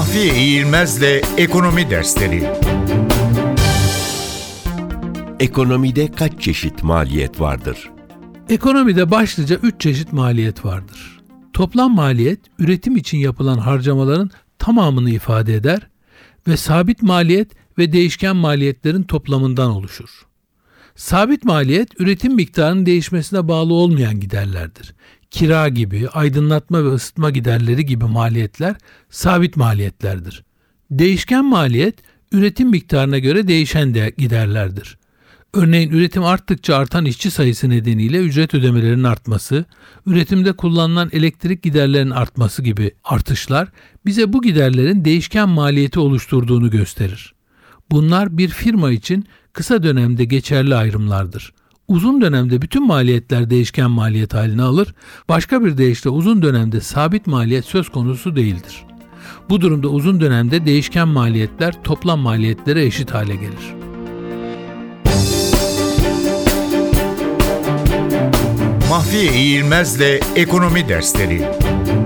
Mahfiye İğilmez'le Ekonomi Dersleri. Ekonomide kaç çeşit maliyet vardır? Ekonomide başlıca 3 çeşit maliyet vardır. Toplam maliyet, üretim için yapılan harcamaların tamamını ifade eder ve sabit maliyet ve değişken maliyetlerin toplamından oluşur. Sabit maliyet, üretim miktarının değişmesine bağlı olmayan giderlerdir. Kira gibi, aydınlatma ve ısıtma giderleri gibi maliyetler sabit maliyetlerdir. Değişken maliyet, üretim miktarına göre değişen giderlerdir. Örneğin üretim arttıkça artan işçi sayısı nedeniyle ücret ödemelerinin artması, üretimde kullanılan elektrik giderlerinin artması gibi artışlar bize bu giderlerin değişken maliyeti oluşturduğunu gösterir. Bunlar bir firma için kısa dönemde geçerli ayrımlardır. Uzun dönemde bütün maliyetler değişken maliyet haline alır, başka bir deyişle uzun dönemde sabit maliyet söz konusu değildir. Bu durumda uzun dönemde değişken maliyetler toplam maliyetlere eşit hale gelir. Mahfiye İğilmez'le Ekonomi Dersleri.